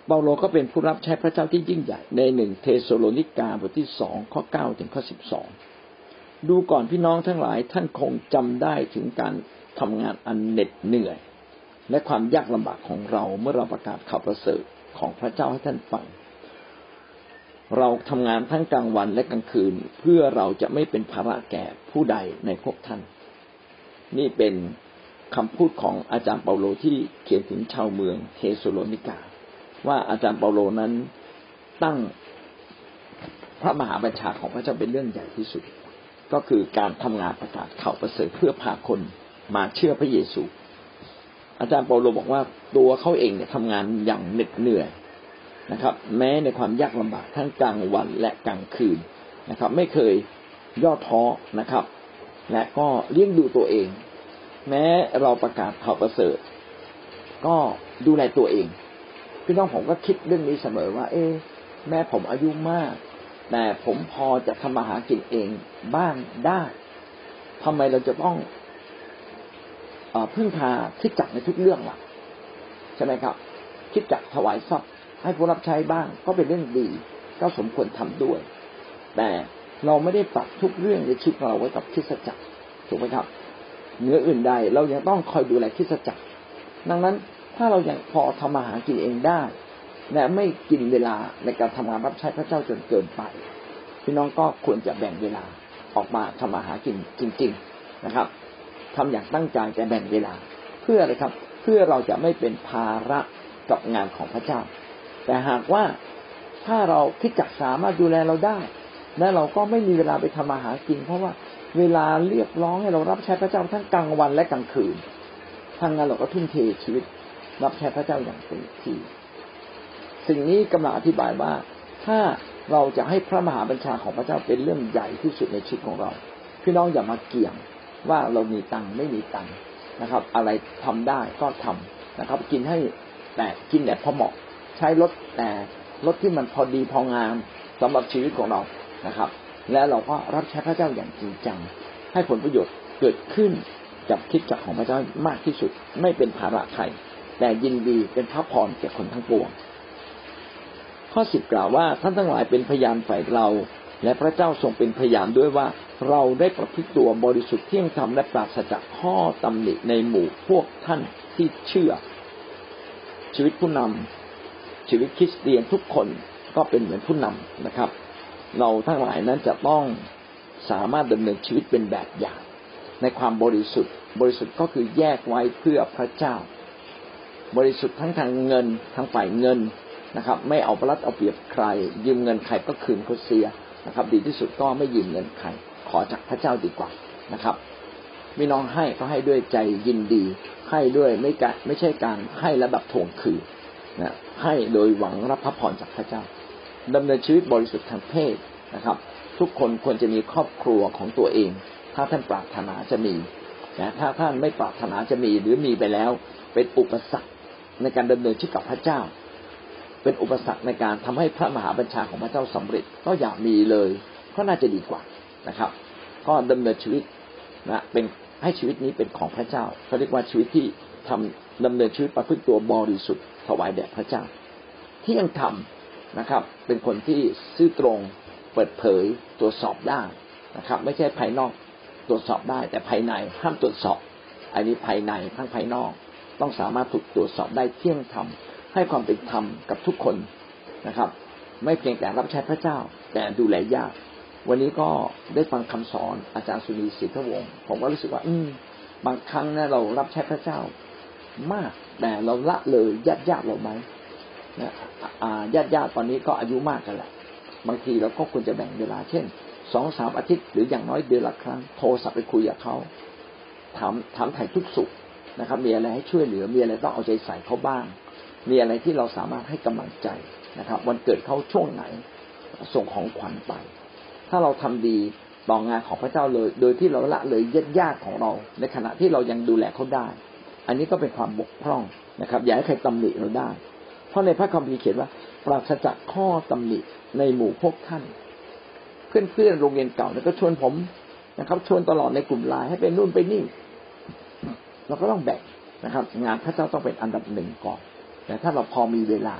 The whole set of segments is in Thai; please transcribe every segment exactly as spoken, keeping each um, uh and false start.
เปาโลก็เป็นผู้รับใช้พระเจ้าที่ยิ่งใหญ่ในหนึ่งเธสโลนิกาบทที่สองข้อเก้าถึงข้อสิบสองดูก่อนพี่น้องทั้งหลายท่านคงจำได้ถึงการทำงานอันเหน็ดเหนื่อยและความยากลำบากของเราเมื่อเราประกาศข่าวประเสริฐของพระเจ้าให้ท่านฟังเราทำงานทั้งกลางวันและกลางคืนเพื่อเราจะไม่เป็นภาระแก่ผู้ใดในพวกท่านนี่เป็นคำพูดของอาจารย์เปาโลที่เขียนถึงชาวเมืองเทสโลนิกาว่าอาจารย์เปาโลนั้นตั้งพระมหาบัญชาของพระเจ้าเป็นเรื่องใหญ่ที่สุดก็คือการทำงานประกาศข่าวประเสริฐเพื่อพาคนมาเชื่อพระเยซูอาจารย์เปาโลบอกว่าตัวเขาเองเนี่ยทำงานอย่างเหน็ดเหนื่อยนะครับแม้ในความยากลำบากทั้งกลางวันและกลางคืนนะครับไม่เคยย่อท้อนะครับและก็เลี้ยงดูตัวเองแม้เราประกาศข่าวประเสริฐก็ดูแลตัวเองพี่น้องผมก็คิดเรื่องนี้เสมอว่าเอ๊ะแม้ผมอายุมากแต่ผมพอจะทำมาหากินเองบ้างได้ทำไมเราจะต้องเอ่อพึ่งพาคริสตจักรในทุกเรื่องล่ะใช่ไหมครับคริสตจักรถวายทรัพย์ให้ผู้รับใช้บ้างก็เป็นเรื่องดีก็สมควรทำด้วยแต่เราไม่ได้ปักทุกเรื่องในชีวิตเราไว้กับคริสตจักรถูกไหมครับเหนืออื่นใดเรายังต้องคอยดูแลคริสตจักรดังนั้นถ้าเรายังพอทำมาหากินเองได้และไม่กินเวลาในการทำงานรับใช้พระเจ้าจนเกินไปพี่น้องก็ควรจะแบ่งเวลาออกมาทำมาหากินจริงๆนะครับทำอย่างตั้งใจแต่แบ่งเวลาเพื่ออะไรครับเพื่อเราจะไม่เป็นภาระกับงานของพระเจ้าแต่หากว่าถ้าเราคริสตจักรสามารถดูแลเราได้และเราก็ไม่มีเวลาไปทำมาหากินเพราะว่าเวลาเรียกร้องให้เรารับใช้พระเจ้าทั้งกลางวันและกลางคืนทางงานเราก็ทุ่มเทชีวิตรับใช้พระเจ้าอย่างเต็มที่สิ่งนี้กำลังอธิบายว่าถ้าเราจะให้พระมหาบัญชาของพระเจ้าเป็นเรื่องใหญ่ที่สุดในชีวิตของเราพี่น้องอย่ามาเกี่ยงว่าเรามีตังค์ไม่มีตังค์นะครับอะไรทำได้ก็ทำนะครับกินให้แต่กินแต่พอเหมาะใช้รถแต่รถที่มันพอดีพองามสำหรับชีวิตของเรานะครับและเราก็รับใช้พระเจ้าอย่างจริงจังให้ผลประโยชน์เกิดขึ้นกับคริสตจักรของพระเจ้ามากที่สุดไม่เป็นภาระใครแต่ยินดีเป็นพระพรแก่คนทั้งปวงข้อสิบกล่าวว่าท่านทั้งหลายเป็นพยานฝ่ายเราและพระเจ้าทรงเป็นพยานด้วยว่าเราได้ประพฤติตัวบริสุทธิ์เที่ยงธรรมและปราศจากข้อตำหนิในหมู่พวกท่านที่เชื่อชีวิตผู้นำชีวิตคริสเตียนทุกคนก็เป็นเหมือนผู้นำนะครับเราทั้งหลายนั้นจะต้องสามารถดำเนินชีวิตเป็นแบบอย่างในความบริสุทธิ์บริสุทธิ์ก็คือแยกไว้เพื่อพระเจ้าบริสุทธิ์ทั้งทางเงินทางฝ่ายเงินนะครับไม่เอารัดเอาเปรียบใครยืมเงินใครก็คืนเขาเสียนะครับดีที่สุดก็ไม่ยืมเงินใครขอจากพระเจ้าดีกว่านะครับพี่น้องให้ก็ให้ด้วยใจยินดีให้ด้วยไม่กะไม่ใช่การให้แล้วแบบทวงคืนนะให้โดยหวังรับพระพรจากพระเจ้าดำเนินชีวิตบริสุทธิ์ทางเพศนะครับทุกคนควรจะมีครอบครัวของตัวเองถ้าท่านปรารถนาจะมีแต่ถ้าท่านไม่ปรารถนาจะมีหรือมีไปแล้วเป็นอุปสรรคในการดำเนินชีวิตกับพระเจ้าเป็นอุปสรรคในการทำให้พระมหาบัญชาของพระเจ้าสำเร็จก็อย่ามีเลยก็น่าจะดีกว่านะครับก็ดำเนินชีวิตนะเป็นให้ชีวิตนี้เป็นของพระเจ้าเขาเรียกว่าชีวิตที่ทำดำเนินชีวิตประพฤติตัวบริสุทธิ์ถวายแด่พระเจ้าที่ยังทำนะครับเป็นคนที่ซื่อตรงเปิดเผยตรวจสอบได้นะครับไม่ใช่ภายนอกตรวจสอบได้แต่ภายในห้ามตรวจสอบอันนี้ภายในทั้งภายนอกต้องสามารถถูกตรวจสอบได้เที่ยงธรรมให้ความเป็นธรรมกับทุกคนนะครับไม่เพียงแต่รับใช้พระเจ้าแต่ดูแลญาติวันนี้ก็ได้ฟังคำสอนอาจารย์สุนีศรีทวงศ์ผมก็รู้สึกว่าอืมบางครั้งนะเรารับใช้พระเจ้ามากแต่เราละเลยญาติญาติเราไหมนะญาติญาติตอนนี้ก็อายุมากกันแหละบางทีเราก็ควรจะแบ่งเวลาเช่นสองสามอาทิตย์หรืออย่างน้อยเดือนละครั้งโทรศัพท์ไปคุยกับเขาถามถามไถ่ทุกสุขนะครับมีอะไรให้ช่วยเหลือมีอะไรต้องเอาใจใส่เขาบ้างมีอะไรที่เราสามารถให้กำลังใจนะครับวันเกิดเขาช่วงไหนส่งของขวัญไปถ้าเราทำดีต่องานของพระเจ้าเลยโดยที่เราละเลยญาติของเราในขณะที่เรายังดูแลเขาได้อันนี้ก็เป็นความบกพร่องนะครับอย่าให้ใครตำหนิเราได้เพราะในพระคัมภีร์เขียนว่าปราศจากข้อตำหนิในหมู่พวกท่านเพื่อนๆโรงเรียนเก่าเนี่ยก็ชวนผมนะครับชวนตลอดในกลุ่มไลน์ให้ไปนู่นไปนี่เราก็ต้องแบ่งนะครับงานพระเจ้าต้องเป็นอันดับหนึ่งก่อนแต่ถ้าเราพอมีเวลา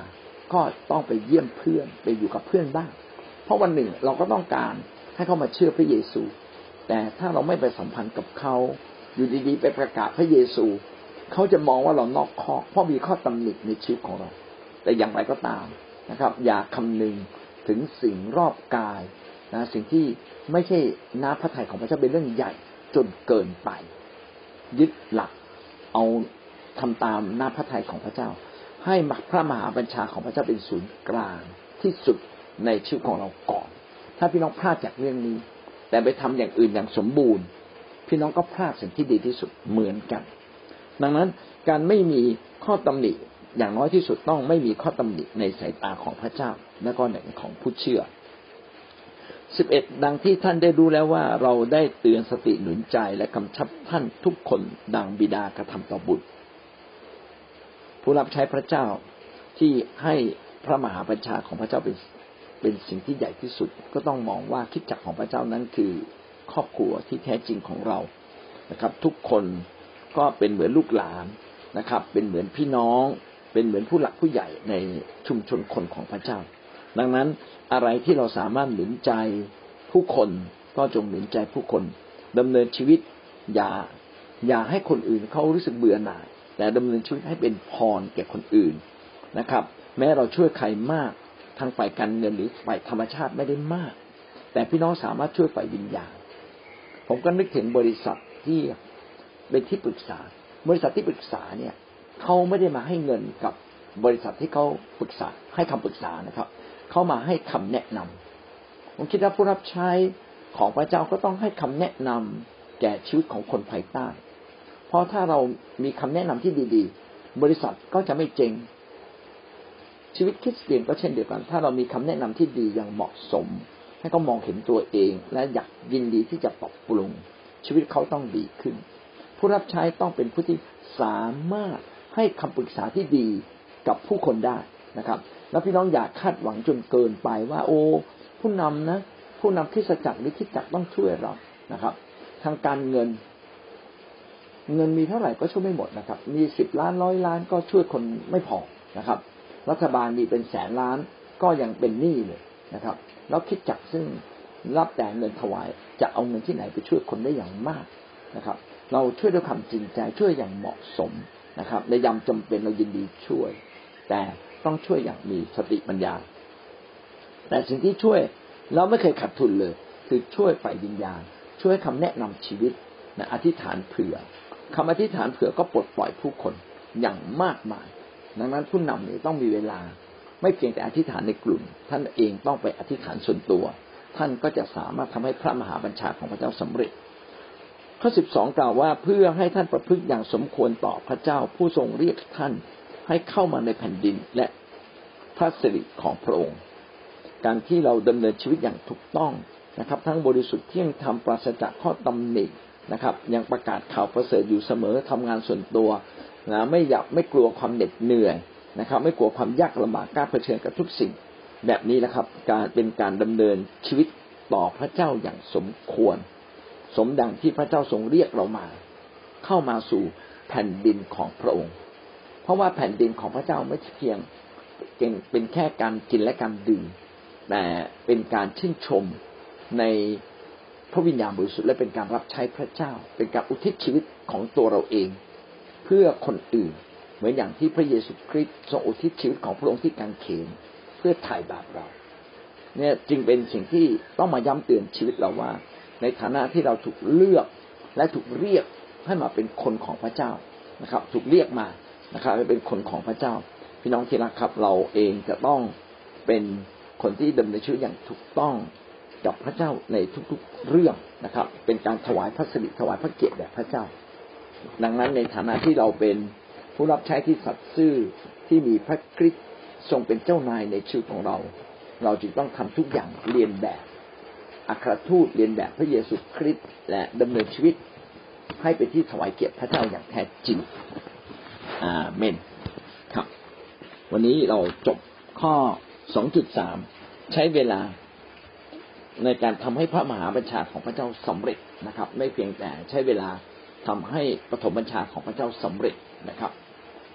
ก็ต้องไปเยี่ยมเพื่อนไปอยู่กับเพื่อนบ้างเพราะวันหนึ่งเราก็ต้องการให้เขามาเชื่อพระเยซูแต่ถ้าเราไม่ไปสัมพันธ์กับเขาอยู่ดีๆไปประกาศพระเยซูเขาจะมองว่าเรานอกข้อเพราะมีข้อตำหนิในชีวิตของเราแต่อย่างไรก็ตามนะครับอย่าคำนึงถึงสิ่งรอบกายนะสิ่งที่ไม่ใช่น้ำพระทัยของพระเจ้าเป็นเรื่องใหญ่จนเกินไปยึดหลักเอาทำตามน้ำพระทัยของพระเจ้าให้พระมหาบัญชาของพระเจ้าเป็นศูนย์กลางที่สุดในชีวิตของเราก่อนถ้าพี่น้องพลาดจากเรื่องนี้แต่ไปทำอย่างอื่นอย่างสมบูรณ์พี่น้องก็พลาดสิ่งที่ดีที่สุดเหมือนกันดังนั้นการไม่มีข้อตำหนิอย่างน้อยที่สุดต้องไม่มีข้อตำหนิในสายตาของพระเจ้าและก็ในของผู้เชื่อสิบเอ็ดดังที่ท่านได้รู้แล้วว่าเราได้เตือนสติหนุนใจและกำชับท่านทุกคนดังบิดากระทำต่อบุตรผู้รับใช้พระเจ้าที่ให้พระมหาบัญชาของพระเจ้าเป็นเป็นสิ่งที่ใหญ่ที่สุดก็ต้องมองว่าคริสตจักรของพระเจ้านั้นคือครอบครัวที่แท้จริงของเรานะครับทุกคนก็เป็นเหมือนลูกหลานนะครับเป็นเหมือนพี่น้องเป็นเหมือนผู้หลักผู้ใหญ่ในชุมชนคนของพระเจ้าดังนั้นอะไรที่เราสามารถหนุนใจผู้คนก็จงหนุนใจผู้คนดำเนินชีวิตอย่าอย่าให้คนอื่นเขารู้สึกเบื่อหน่ายแต่ดำเนินชีวิตให้เป็นพรแก่คนอื่นนะครับแม้เราช่วยใครมากทางฝ่ายการเงินหรือฝ่ายธรรมชาติไม่ได้มากแต่พี่น้องสามารถช่วยฝ่ายวิญญาณผมก็นึกถึงบริษัทที่เป็นที่ปรึกษาบริษัทที่ปรึกษาเนี่ยเขาไม่ได้มาให้เงินกับบริษัทที่เขาปรึกษาให้คำปรึกษานะครับเขามาให้คำแนะนำผมคิดว่าผู้รับใช้ของพระเจ้าก็ต้องให้คำแนะนำแก่ชีวิตของคนภายใต้เพราะถ้าเรามีคำแนะนำที่ดีๆบริษัทก็จะไม่เจ๊งชีวิตคริสเตียนก็เช่นเดียวกันถ้าเรามีคำแนะนำที่ดีอย่างเหมาะสมให้เขามองเห็นตัวเองและอยากยินดีที่จะปรับปรุงชีวิตเขาต้องดีขึ้นผู้รับใช้ต้องเป็นผู้ที่สามารถให้คำปรึกษาที่ดีกับผู้คนได้นะครับแล้วพี่น้องอย่าคาดหวังจนเกินไปว่าโอ้ผู้นำนะผู้นำคริสตจักรหรือคริสตจักรต้องช่วยเรานะครับทางการเงินเงินมีเท่าไหร่ก็ช่วยไม่หมดนะครับมีสิบล้านร้อยล้านก็ช่วยคนไม่พอนะครับรัฐบาลมีเป็นแสนล้านก็ยังเป็นหนี้เลยนะครับแล้วคริสตจักรซึ่งรับแต่เงินถวายจะเอาเงินที่ไหนไปช่วยคนได้อย่างมากนะครับเราช่วยด้วยความจริงใจช่วยอย่างเหมาะสมนะครับในยามจำเป็นเรายินดีช่วยแต่ต้องช่วยอย่างมีสติปัญญาแต่สิ่งที่ช่วยเราไม่เคยขาดทุนเลยคือช่วยฝ่ายวิญญาณช่วยคำแนะนำชีวิตนะอธิษฐานเผื่อคำอธิษฐานเผื่อก็ปลดปล่อยผู้คนอย่างมากมายดังนั้นผู้นำเนี่ยต้องมีเวลาไม่เพียงแต่อธิษฐานในกลุ่มท่านเองต้องไปอธิษฐานส่วนตัวท่านก็จะสามารถทำให้พระมหาบัญชาของพระเจ้าสำเร็จข้อสิบสองกล่าวว่าเพื่อให้ท่านประพฤติอย่างสมควรต่อพระเจ้าผู้ทรงเรียกท่านให้เข้ามาในแผ่นดินและพระสิริของพระองค์การที่เราดำเนินชีวิตอย่างถูกต้องนะครับทั้งบริสุทธิ์เที่ยงธรรมปราศจากข้อตำหนินะครับยังประกาศข่าวประเสริฐอยู่เสมอทำงานส่วนตัวนะไม่อยากไม่กลัวความเหน็ดเหนื่อยนะครับไม่กลัวความยากลำบากกล้าเผชิญกับทุกสิ่งแบบนี้แหละครับการเป็นการดำเนินชีวิตต่อพระเจ้าอย่างสมควรสมดังที่พระเจ้าทรงเรียกเรามาเข้ามาสู่แผ่นดินของพระองค์เพราะว่าแผ่นดินของพระเจ้าไม่ใช่เพียงเป็นแค่การกินและการดื่มแต่เป็นการชื่นชมในพระวิญญาณบริสุทธิ์และเป็นการรับใช้พระเจ้าเป็นการอุทิศชีวิตของตัวเราเองเพื่อคนอื่นเหมือนอย่างที่พระเยซูคริสต์ทรงอุทิศชีวิตของพระองค์ที่กางเขนเพื่อไถ่บาปเราเนี่ยจึงเป็นสิ่งที่ต้องมาย้ำเตือนชีวิตเราว่าในฐานะที่เราถูกเลือกและถูกเรียกให้มาเป็นคนของพระเจ้านะครับถูกเรียกมานะครับให้เป็นคนของพระเจ้าพี่น้องที่รักครับเราเองจะต้องเป็นคนที่ดำเนินชีวิตอย่างถูกต้องกับพระเจ้าในทุกๆเรื่องนะครับเป็นการถวายพระสิริถวายพระเกียรติแด่พระเจ้าดังนั้นในฐานะที่เราเป็นผู้รับใช้ที่สัตย์ซื่อที่มีพระคริสต์ทรงเป็นเจ้านายในชีวิตของเราเราจึงต้องทำทุกอย่างเรียนแบบอัครทูตเรียนแบบพระเยซูคริสต์และดำเนินชีวิตให้เป็นที่ถวายเกียรติพระเจ้าอย่างแท้จริงอาเมนครับวันนี้เราจบข้อ สองจุดสาม ใช้เวลาในการทำให้พระมหาบัญชาของพระเจ้าสำเร็จนะครับไม่เพียงแต่ใช้เวลาทำให้ปฐมบัญชาของพระเจ้าสำเร็จนะครับ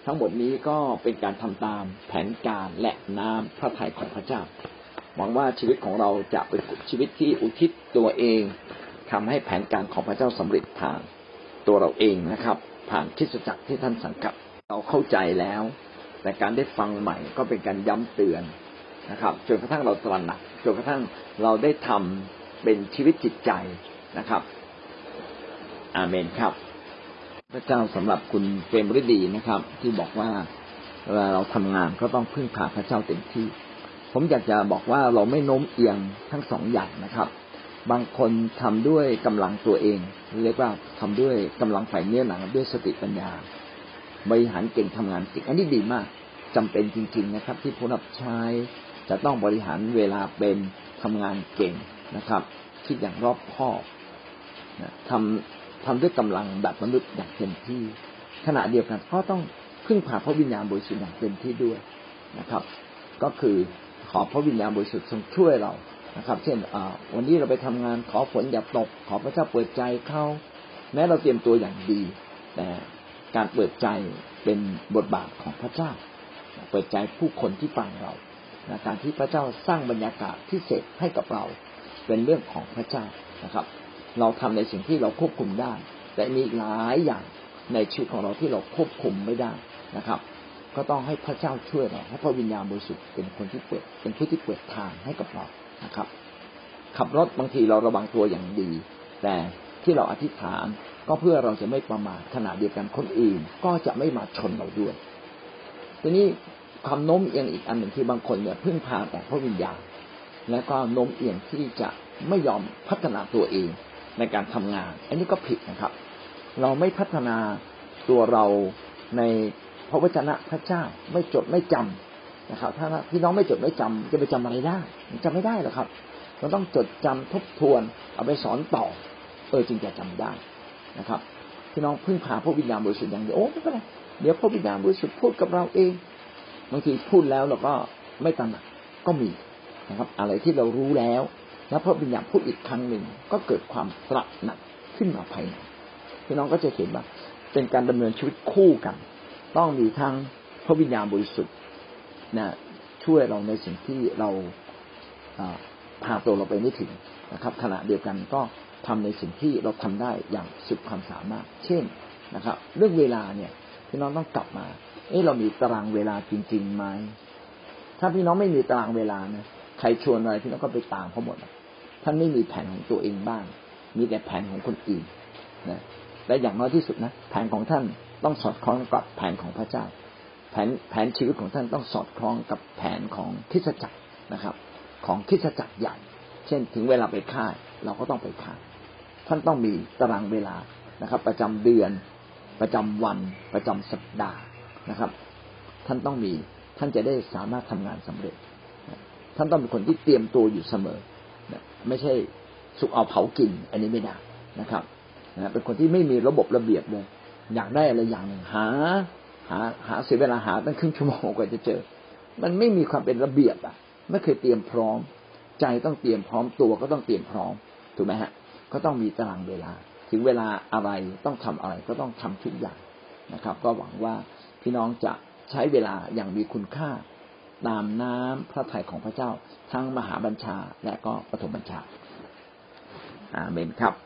ทั้งหมดนี้ก็เป็นการทำตามแผนการและน้ำพระทัยของพระเจ้าหวังว่าชีวิตของเราจะเป็นชีวิตที่อุทิศตัวเองทำให้แผนการของพระเจ้าสำเร็จทางตัวเราเองนะครับผ่านคริสตจักรที่ท่านสังกัดเราเข้าใจแล้วแต่การได้ฟังใหม่ก็เป็นการย้ำเตือนนะครับจนกระทั่งเราตระหนักจนกระทั่งเราได้ทำเป็นชีวิตจิตใจนะครับอาเมนครับพระเจ้าสำหรับคุณเปรมฤดีนะครับที่บอกว่าเวลาเราทำงานก็ต้องพึ่งพาพระเจ้าเต็มที่ผมอยากจะบอกว่าเราไม่โน้มเอียงทั้งสองอย่างนะครับบางคนทำด้วยกำลังตัวเองเรียกว่าทำด้วยกำลังฝ่ายเนื้อหนังด้วยสติปัญญาบริหารเก่งทำงานเก่งอันนี้ดีมากจำเป็นจริงๆนะครับที่ผู้รับใช้จะต้องบริหารเวลาเป็นทำงานเก่งนะครับคิดอย่างรอบคอบทำทำด้วยกำลังแบบมนุษย์อย่างเต็มที่ขณะเดียวกันก็ต้องพึ่งพาพระวิญญาณบริสุทธิ์อย่างเต็มที่ด้วยนะครับก็คือขอพระวิญญาณบริสุทธิ์ทรงช่วยเรานะครับเช่นวันนี้เราไปทำงานขอฝนอย่าตกขอพระเจ้าเปิดใจเข้าแม้เราเตรียมตัวอย่างดีแต่การเปิดใจเป็นบทบาทของพระเจ้าเปิดใจผู้คนที่ฟังเราการที่พระเจ้าสร้างบรรยากาศพิเศษให้กับเราเป็นเรื่องของพระเจ้านะครับเราทำในสิ่งที่เราควบคุมได้แต่มีหลายอย่างในชีวิตของเราที่เราควบคุมไม่ได้นะครับก็ต้องให้พระเจ้าช่วยเราให้พระวิญญาณบริสุทธิ์เป็นคนที่เปิดเป็นผู้ที่เปิดทางให้กับเรานะครับขับรถบางทีเราระวังตัวอย่างดีแต่ที่เราอธิษฐานก็เพื่อเราจะไม่ประมาทขณะเดียวกันคนอื่นก็จะไม่มาชนเราด้วยทีนี้ความโน้มเอียงอีกอันหนึ่งที่บางคนเนี่ยพึ่งพาแต่พระวิญญาณและก็โน้มเอียงที่จะไม่ยอมพัฒนาตัวเองในการทำงานอันนี้ก็ผิดนะครับเราไม่พัฒนาตัวเราในพระวจนะพระเจ้าไม่จดไม่จำนะครับถ้าพี่น้องไม่จดไม่จำจะไปจำอะไรได้จำไม่ได้หรอกครับเราต้องจดจำทบทวนเอาไปสอนต่อเออจึงจะจำได้นะครับพี่น้องพึ่งพาพระวิญญาณบริสุทธิ์อย่างเดียวโอ้ไม่เป็นไรเดี๋ยวพระวิญญาณบริสุทธิ์พูดกับเราเองบางทีพูดแล้วเราก็ไม่ตระหนักก็มีนะครับอะไรที่เรารู้แล้วแล้วพระวิญญาณพูดอีกครั้งหนึ่งก็เกิดความตระหนักขึ้นมาภายในพี่น้องก็จะเห็นว่าเป็นการดำเนินชีวิตคู่กันต้องมีทั้งพระวิญญาณบริสุทธิ์นะช่วยเราในสิ่งที่เราพาตัวเราไปไม่ถึงนะครับขณะเดียวกันก็ทำในสิ่งที่เราทำได้อย่างสุดความสามารถเช่นนะครับเรื่องเวลาเนี่ยพี่น้องต้องกลับมาเอ๊ะเรามีตารางเวลาจริงๆไหมถ้าพี่น้องไม่มีตารางเวลานะใครชวนอะไรพี่น้องก็ไปตามเขาหมดท่านไม่มีแผนของตัวเองบ้างมีแต่แผนของคนอื่นนะและอย่างน้อยที่สุดนะแผนของท่านต้องสอดคล้องกับแผนของพระเจ้าแผนแผนชีวิตของท่านต้องสอดคล้องกับแผนของคริสตจักรนะครับของคริสตจักรใหญ่เช่นถึงเวลาไปค่ายเราก็ต้องไปค่ายท่านต้องมีตารางเวลานะครับประจำเดือนประจำวันประจำสัปดาห์นะครับท่านต้องมีท่านจะได้สามารถทำงานสำเร็จท่านต้องเป็นคนที่เตรียมตัวอยู่เสมอไม่ใช่สุกเอาเผากินอันนี้ไม่ได้นะครับนะเป็นคนที่ไม่มีระบบระเบียบเลยอยากได้อะไรอย่างหนึ่งหาหาหาเสียเวลาหาตั้งครึ่งชั่วโมงกว่าจะเจอมันไม่มีความเป็นระเบียบอ่ะไม่เคยเตรียมพร้อมใจต้องเตรียมพร้อมตัวก็ต้องเตรียมพร้อมถูกไหมฮะก็ต้องมีตารางเวลาถึงเวลาอะไรต้องทำอะไรก็ต้องทำทุกอย่างนะครับก็หวังว่าพี่น้องจะใช้เวลาอย่างมีคุณค่าตามน้ำพระทัยของพระเจ้าทั้งมหาบัญชาและก็ปฐมบัญชาอาเมนครับ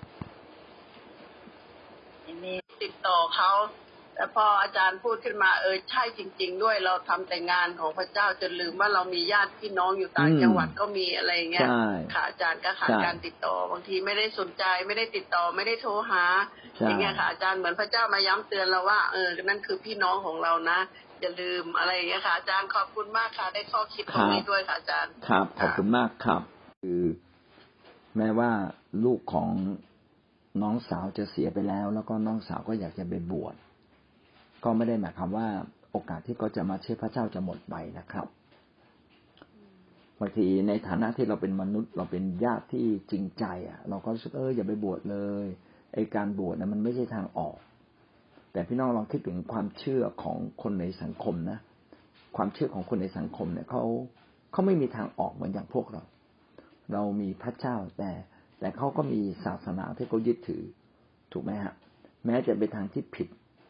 มีติดต่อเขาแต่พออาจารย์พูดขึ้นมาเออใช่จริงๆด้วยเราทำแต่งานของพระเจ้าจนลืมว่าเรามีญาติพี่น้องอยู่ต่างจังหวัดก็มีอะไรเงี้ยค่ะอาจารย์ก็ขาดการติดต่อบางทีไม่ได้สนใจไม่ได้ติดต่อไม่ได้โทรหาอย่างเงี้ยค่ะอาจารย์เหมือนพระเจ้ามาย้ำเตือนเราว่าเออนั่นคือพี่น้องของเรานะอย่าลืมอะไรอย่างเงี้ยค่ะอาจารย์ขอบคุณมากค่ะได้ข้อคิดตรงนี้ด้วยค่ะอาจารย์ครับขอบคุณมากครับคือแม้ว่าลูกของน้องสาวจะเสียไปแล้วแล้วก็น้องสาวก็อยากจะไปบวชก็ไม่ได้หมายความว่าโอกาสที่เขาจะมาเชื่อพระเจ้าจะหมดไปนะครับบางทีในฐานะที่เราเป็นมนุษย์เราเป็นญาติที่จริงใจอ่ะเราก็รู้สึกเอออย่าไปบวชเลยไอ้การบวชนะมันไม่ใช่ทางออกแต่พี่น้องลองคิดถึงความเชื่อของคนในสังคมนะความเชื่อของคนในสังคมเนี่ยเขาเขาไม่มีทางออกเหมือนอย่างพวกเราเรามีพระเจ้าแต่แต่เขาก็มีศาสนาที่เขายึดถือถูกไหมฮะแม้จะเป็นทางที่ผิด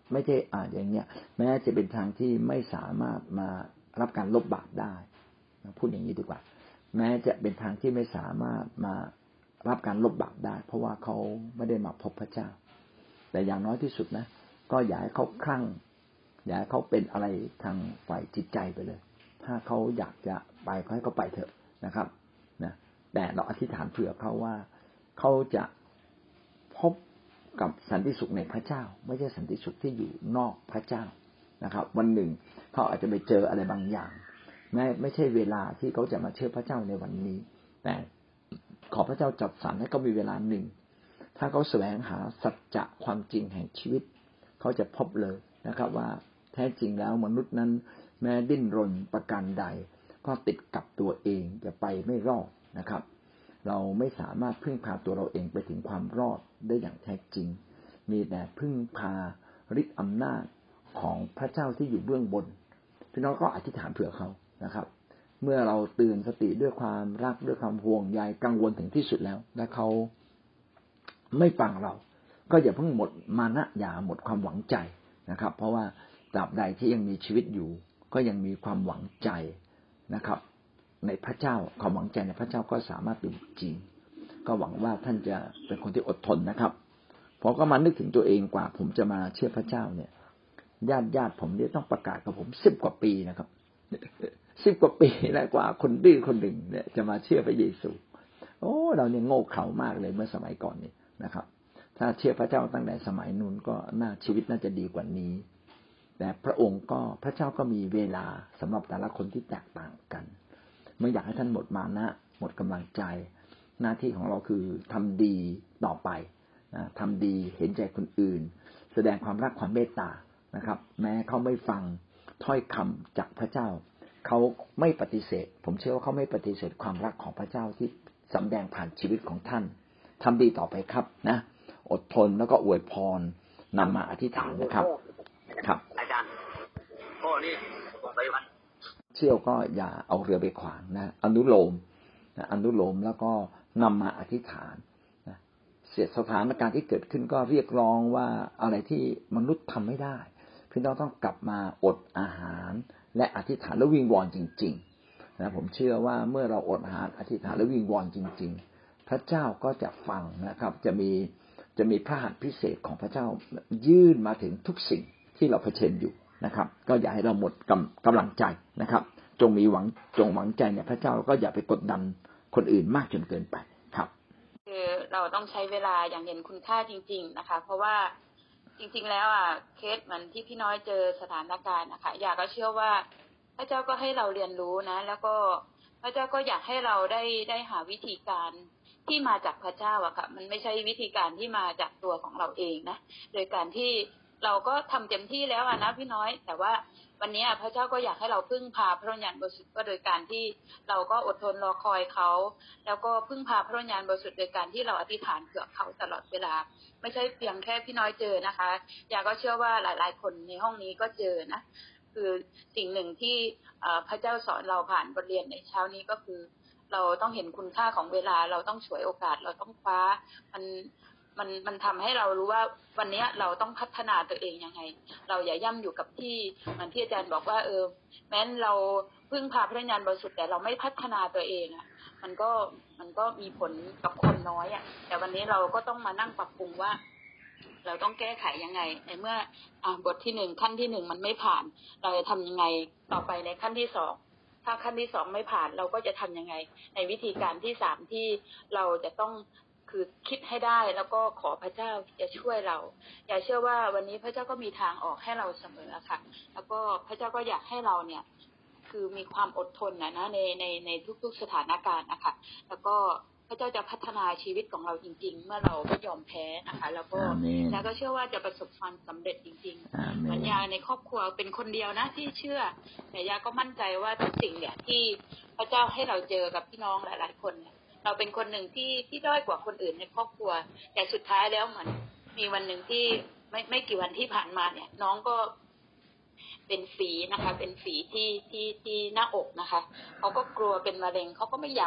ไม่ใช่อ่าอย่างเนี้ยแม้จะเป็นทางที่ไม่สามารถมารับการลบบาปได้พูดอย่างนี้ดีกว่าแม้จะเป็นทางที่ไม่สามารถมารับการลบบาปได้เพราะว่าเขาไม่ได้มาพบพระเจ้าแต่อย่างน้อยที่สุดนะก็อย่าให้เขาคลั่งอย่าให้เขาเป็นอะไรทางฝ่ายจิตใจไปเลยถ้าเขาอยากจะไปก็ให้เขาไปเถอะนะครับนะแต่เราอธิษฐานเผื่อเขาว่าเขาจะพบกับสันติสุขในพระเจ้าไม่ใช่สันติสุขที่อยู่นอกพระเจ้านะครับวันหนึ่งเขาอาจจะไปเจออะไรบางอย่างไม่ไม่ใช่เวลาที่เขาจะมาเชื่อพระเจ้าในวันนี้แต่ขอพระเจ้าจัดสรรให้เขามีเวลาหนึ่งถ้าเขาแสวงหาสัจจะความจริงแห่งชีวิตเขาจะพบเลยนะครับว่าแท้จริงแล้วมนุษย์นั้นแม้ดิ้นรนประการใดก็ติดกับตัวเองจะไปไม่รอดนะครับเราไม่สามารถพึ่งพาตัวเราเองไปถึงความรอดได้อย่างแท้จริงมีแต่พึ่งพาฤทธิ์อำนาจของพระเจ้าที่อยู่เบื้องบนพี่น้องก็อธิษฐานเผื่อเขานะครับเมื่อเราเตือนสติด้วยความรักด้วยความห่วงใยกังวลถึงที่สุดแล้วและเขาไม่ฟังเราก็อย่าเพิ่งหมดมานะอย่าหมดความหวังใจนะครับเพราะว่าตราบใดที่ยังมีชีวิตอยู่ก็ยังมีความหวังใจนะครับในพระเจ้าความหวังใจในพระเจ้าก็สามารถเป็นจริงก็หวังว่าท่านจะเป็นคนที่อดทนนะครับผมก็มานึกถึงตัวเองกว่าผมจะมาเชื่อพระเจ้าเนี่ยญาติญาติผมเนี่ยต้องประกาศกับผมสิบกว่าปีนะครับสิบกว่าปีแล้วกว่าคนดื้อคนหนึ่งเนี่ยจะมาเชื่อพระเยซูโอ้เราเนี่ยโง่เขลามากเลยเมื่อสมัยก่อนนี่นะครับถ้าเชื่อพระเจ้าตั้งแต่สมัยนู้นก็น่าชีวิตน่าจะดีกว่านี้แต่พระองค์ก็พระเจ้าก็มีเวลาสำหรับแต่ละคนที่แตกต่างกันไม่อยากให้ท่านหมดมานะหมดกำลังใจหน้าที่ของเราคือทำดีต่อไปนะทำดีเห็นใจคนอื่นแสดงความรักความเมตตานะครับแม้เขาไม่ฟังถ้อยคำจากพระเจ้าเขาไม่ปฏิเสธผมเชื่อว่าเขาไม่ปฏิเสธความรักของพระเจ้าที่สำแดงผ่านชีวิตของท่านทำดีต่อไปครับนะอดทนแล้วก็อวยพรนำมาอธิษฐานนะครับครับอาจารย์โอ้นี่ไปวันเชี่ยวก็อย่าเอาเรือไปขวางนะอนุโลมนะอนุโลมแล้วก็นำมาอธิษฐานนะเสียสถานการณ์ที่เกิดขึ้นก็เรียกร้องว่าอะไรที่มนุษย์ทำไม่ได้พี่น้องต้องกลับมาอดอาหารและอธิษฐานและวิงวอนจริงๆนะผมเชื่อว่าเมื่อเราอดอาหารอธิษฐานและวิงวอนจริงๆพระเจ้าก็จะฟังนะครับจะมีจะมีพระหัตถ์พิเศษของพระเจ้ายื่นมาถึงทุกสิ่งที่เราเผชิญอยู่นะครับก็อย่าให้เราหมดกำกำลังใจนะครับจงมีหวังจงหวังใจในพระเจ้าแล้วก็อย่าไปกดดันคนอื่นมากจนเกินไปครับคือเราต้องใช้เวลาอย่างเห็นคุณค่าจริงๆนะคะเพราะว่าจริงๆแล้วอ่ะเคสเหมือนที่พี่น้อยเจอสถานการณ์นะคะอยากก็เชื่อว่าพระเจ้าก็ให้เราเรียนรู้นะแล้วก็พระเจ้าก็อยากให้เราได้ได้หาวิธีการที่มาจากพระเจ้าอะค่ะมันไม่ใช่วิธีการที่มาจากตัวของเราเองนะโดยการที่เราก็ทำเต็มที่แล้วอะนะพี่น้อยแต่ว่าวันนี้พระเจ้าก็อยากให้เราพึ่งพาพระวิญญาณบริสุทธิ์ก็โดยการที่เราก็อดทนรอคอยเขาแล้วก็พึ่งพาพระวิญญาณบริสุทธิ์โดยการที่เราอธิษฐานเผื่อเขาตลอดเวลาไม่ใช่เพียงแค่พี่น้อยเจอนะคะอยากก็เชื่อว่าหลายๆคนในห้องนี้ก็เจอนะคือสิ่งหนึ่งที่พระเจ้าสอนเราผ่านบทเรียนในเช้านี้ก็คือเราต้องเห็นคุณค่าของเวลาเราต้องฉวยโอกาสเราต้องคว้ามันมันมันทำให้เรารู้ว่าวันนี้เราต้องพัฒนาตัวเองยังไงเราอย่าย่ำอยู่กับที่เหมือนที่อาจารย์บอกว่าเออแม้นเราพึ่งพาพระวิญญาณบริสุทธิ์แต่เราไม่พัฒนาตัวเองอ่ะมันก็มันก็มีผลกับคนน้อยอ่ะแต่วันนี้เราก็ต้องมานั่งปรับปรุงว่าเราต้องแก้ไขยังไงในเมื่ออ่าบทที่หนึ่งขั้นที่หนึ่งมันไม่ผ่านเราจะทำยังไงต่อไปในขั้นที่สองถ้าขั้นที่สองไม่ผ่านเราก็จะทำยังไงในวิธีการที่สามที่เราจะต้องคือคิดให้ได้แล้วก็ขอพระเจ้าจะช่วยเราอย่าเชื่อว่าวันนี้พระเจ้าก็มีทางออกให้เราเสมอค่ะแล้วก็พระเจ้าก็อยากให้เราเนี่ยคือมีความอดทนนะนะในในในทุกๆสถานการณ์นะคะแล้วก็พระเจ้าจะพัฒนาชีวิตของเราจริงๆเมื่อเราไม่ยอมแพ้นะคะแล้วก็แล้วก็เชื่อว่าจะประสบความสำเร็จจริงๆเหมือนยาในครอบครัวเป็นคนเดียวนะที่เชื่อแต่ยาก็มั่นใจว่าทุกสิ่งเนี่ยที่พระเจ้าให้เราเจอกับพี่น้องหลายๆคนเนี่ยเราเป็นคนหนึ่งที่ที่ด้อยกว่าคนอื่นในครอบครัวแต่สุดท้ายแล้วเหมือนมีวันหนึ่งที่ไม่ไม่กี่วันที่ผ่านมาเนี่ยน้องก็เป็นฝีนะคะเป็นฝีที่ที่ที่หน้าอกนะคะเขาก็กลัวเป็นมะเร็งเขาก็ไม่อยากบอก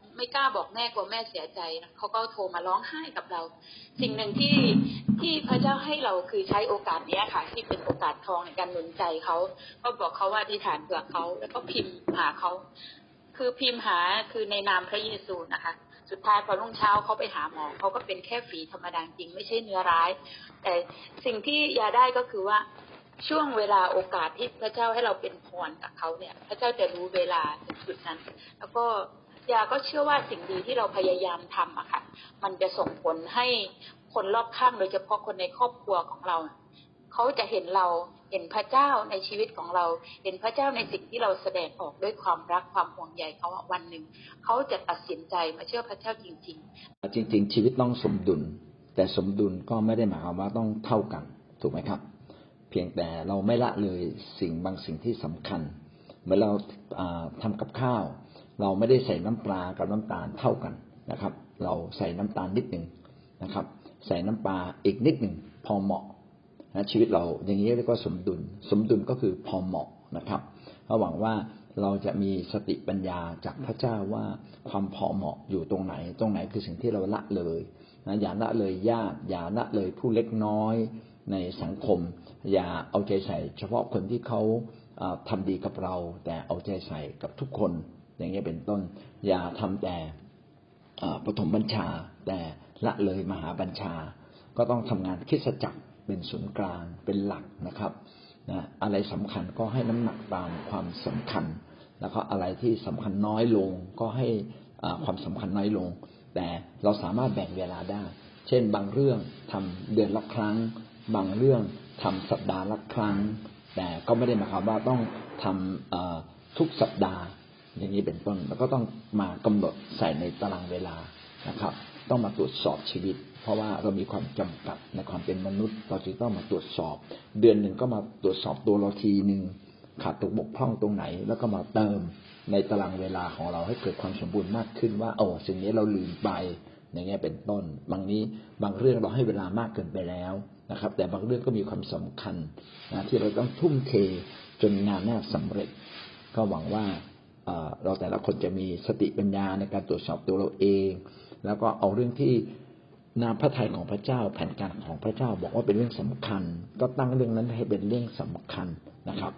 ไม่กล้าบอกแม่กลัวแม่เสียใจนะเขาก็โทรมาร้องไห้กับเรา สิ่งหนึ่งที่ที่พระเจ้าให้เราคือใช้โอกาสนี้ค่ะที่เป็นโอกาสทองในการหนุนใจเขาก็บอกเขาว่าอธิษฐานเผื่อเขาแล้วก็พิมพ์หาเขาคือพิมพ์หาคือในนามพระเยซูนะคะสุดท้ายพอรุ่งเช้าเขาไปหาหมอเขาก็เป็นแค่ฝีธรรมดาจริงไม่ใช่เนื้อร้ายแต่สิ่งที่ยาได้ก็คือว่าช่วงเวลาโอกาสที่พระเจ้าให้เราเป็นพรกับเขาเนี่ยพระเจ้าจะรู้เวลาถึงจุดนั้นแล้วก็ยาก็เชื่อว่าสิ่งดีที่เราพยายามทำอะค่ะมันจะส่งผลให้คนรอบข้างโดยเฉพาะคนในครอบครัวของเราเขาจะเห็นเราเห็นพระเจ้าในชีวิตของเราเห็นพระเจ้าในสิ่งที่เราแสดงออกด้วยความรักความห่วงใยเขาวันหนึ่งเขาจะตัดสินใจมาเชื่อพระเจ้าจริงๆจริงๆชีวิตต้องสมดุลแต่สมดุลก็ไม่ได้หมายความว่าต้องเท่ากันถูกไหมครับเพียงแต่เราไม่ละเลยสิ่งบางสิ่งที่สำคัญเมื่อเราทำกับข้าวเราไม่ได้ใส่น้ำปลากับน้ำตาลเท่ากันนะครับเราใส่น้ำตาลนิดหนึ่งนะครับใส่น้ำปลาอีกนิดหนึ่งพอเหมาะนะชีวิตเราอย่างนี้เรียกว่าสมดุลสมดุลก็คือพอเหมาะนะครับเราหวังว่าเราจะมีสติปัญญาจากพระเจ้าว่าความพอเหมาะอยู่ตรงไหนตรงไหนคือสิ่งที่เราละเลยนะอย่าละเลยญาติอย่าละเลยผู้เล็กน้อยในสังคมอย่าเอาใจใส่เฉพาะคนที่เขาทำดีกับเราแต่เอาใจใส่กับทุกคนอย่างนี้เป็นต้นอย่าทำแต่ปฐมบัญชาแต่ละเลยมหาบัญชาก็ต้องทำงานคริสตจักรเป็นศูนย์กลางเป็นหลักนะครับนะอะไรสำคัญก็ให้น้ำหนักตามความสำคัญแล้วก็อะไรที่สำคัญน้อยลงก็ให้ความสำคัญน้อยลงแต่เราสามารถแบ่งเวลาได้เช่นบางเรื่องทำเดือนละครั้งบางเรื่องทำสัปดาห์ละครั้งแต่ก็ไม่ได้หมายความว่าต้องทำทุกสัปดาห์อย่างนี้เป็นต้นแล้วก็ต้องมากำหนดใส่ในตารางเวลานะครับต้องมาตรวจสอบชีวิตเพราะว่าเรามีความจำกัดในความเป็นมนุษย์เราจึงต้องมาตรวจสอบเดือนหนึ่งก็มาตรวจสอบตัวเราทีนึงขาดตกบกพร่องตรงไหนแล้วก็มาเติมในตารางเวลาของเราให้เกิดความสมบูรณ์มากขึ้นว่าโอ้สิ่งนี้เราลืมไปอย่างเงี้ยเป็นต้นบางนี้บางเรื่องเราให้เวลามากเกินไปแล้วนะครับแต่บางเรื่องก็มีความสำคัญนะที่เราต้องทุ่มเทจนงานน่าสำเร็จก็หวังว่าเราแต่ละคนจะมีสติปัญญาในการตรวจสอบตัวเราเองแล้วก็เอาเรื่องที่นามพระทัยของพระเจ้าแผนการของพระเจ้าบอกว่าเป็นเรื่องสำคัญก็ตั้งเรื่องนั้นให้เป็นเรื่องสำคัญนะครับ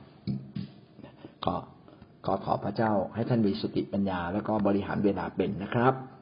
ขอขอขอพระเจ้าให้ท่านมีสติปัญญาแล้วก็บริหารเวลาเป็นนะครับ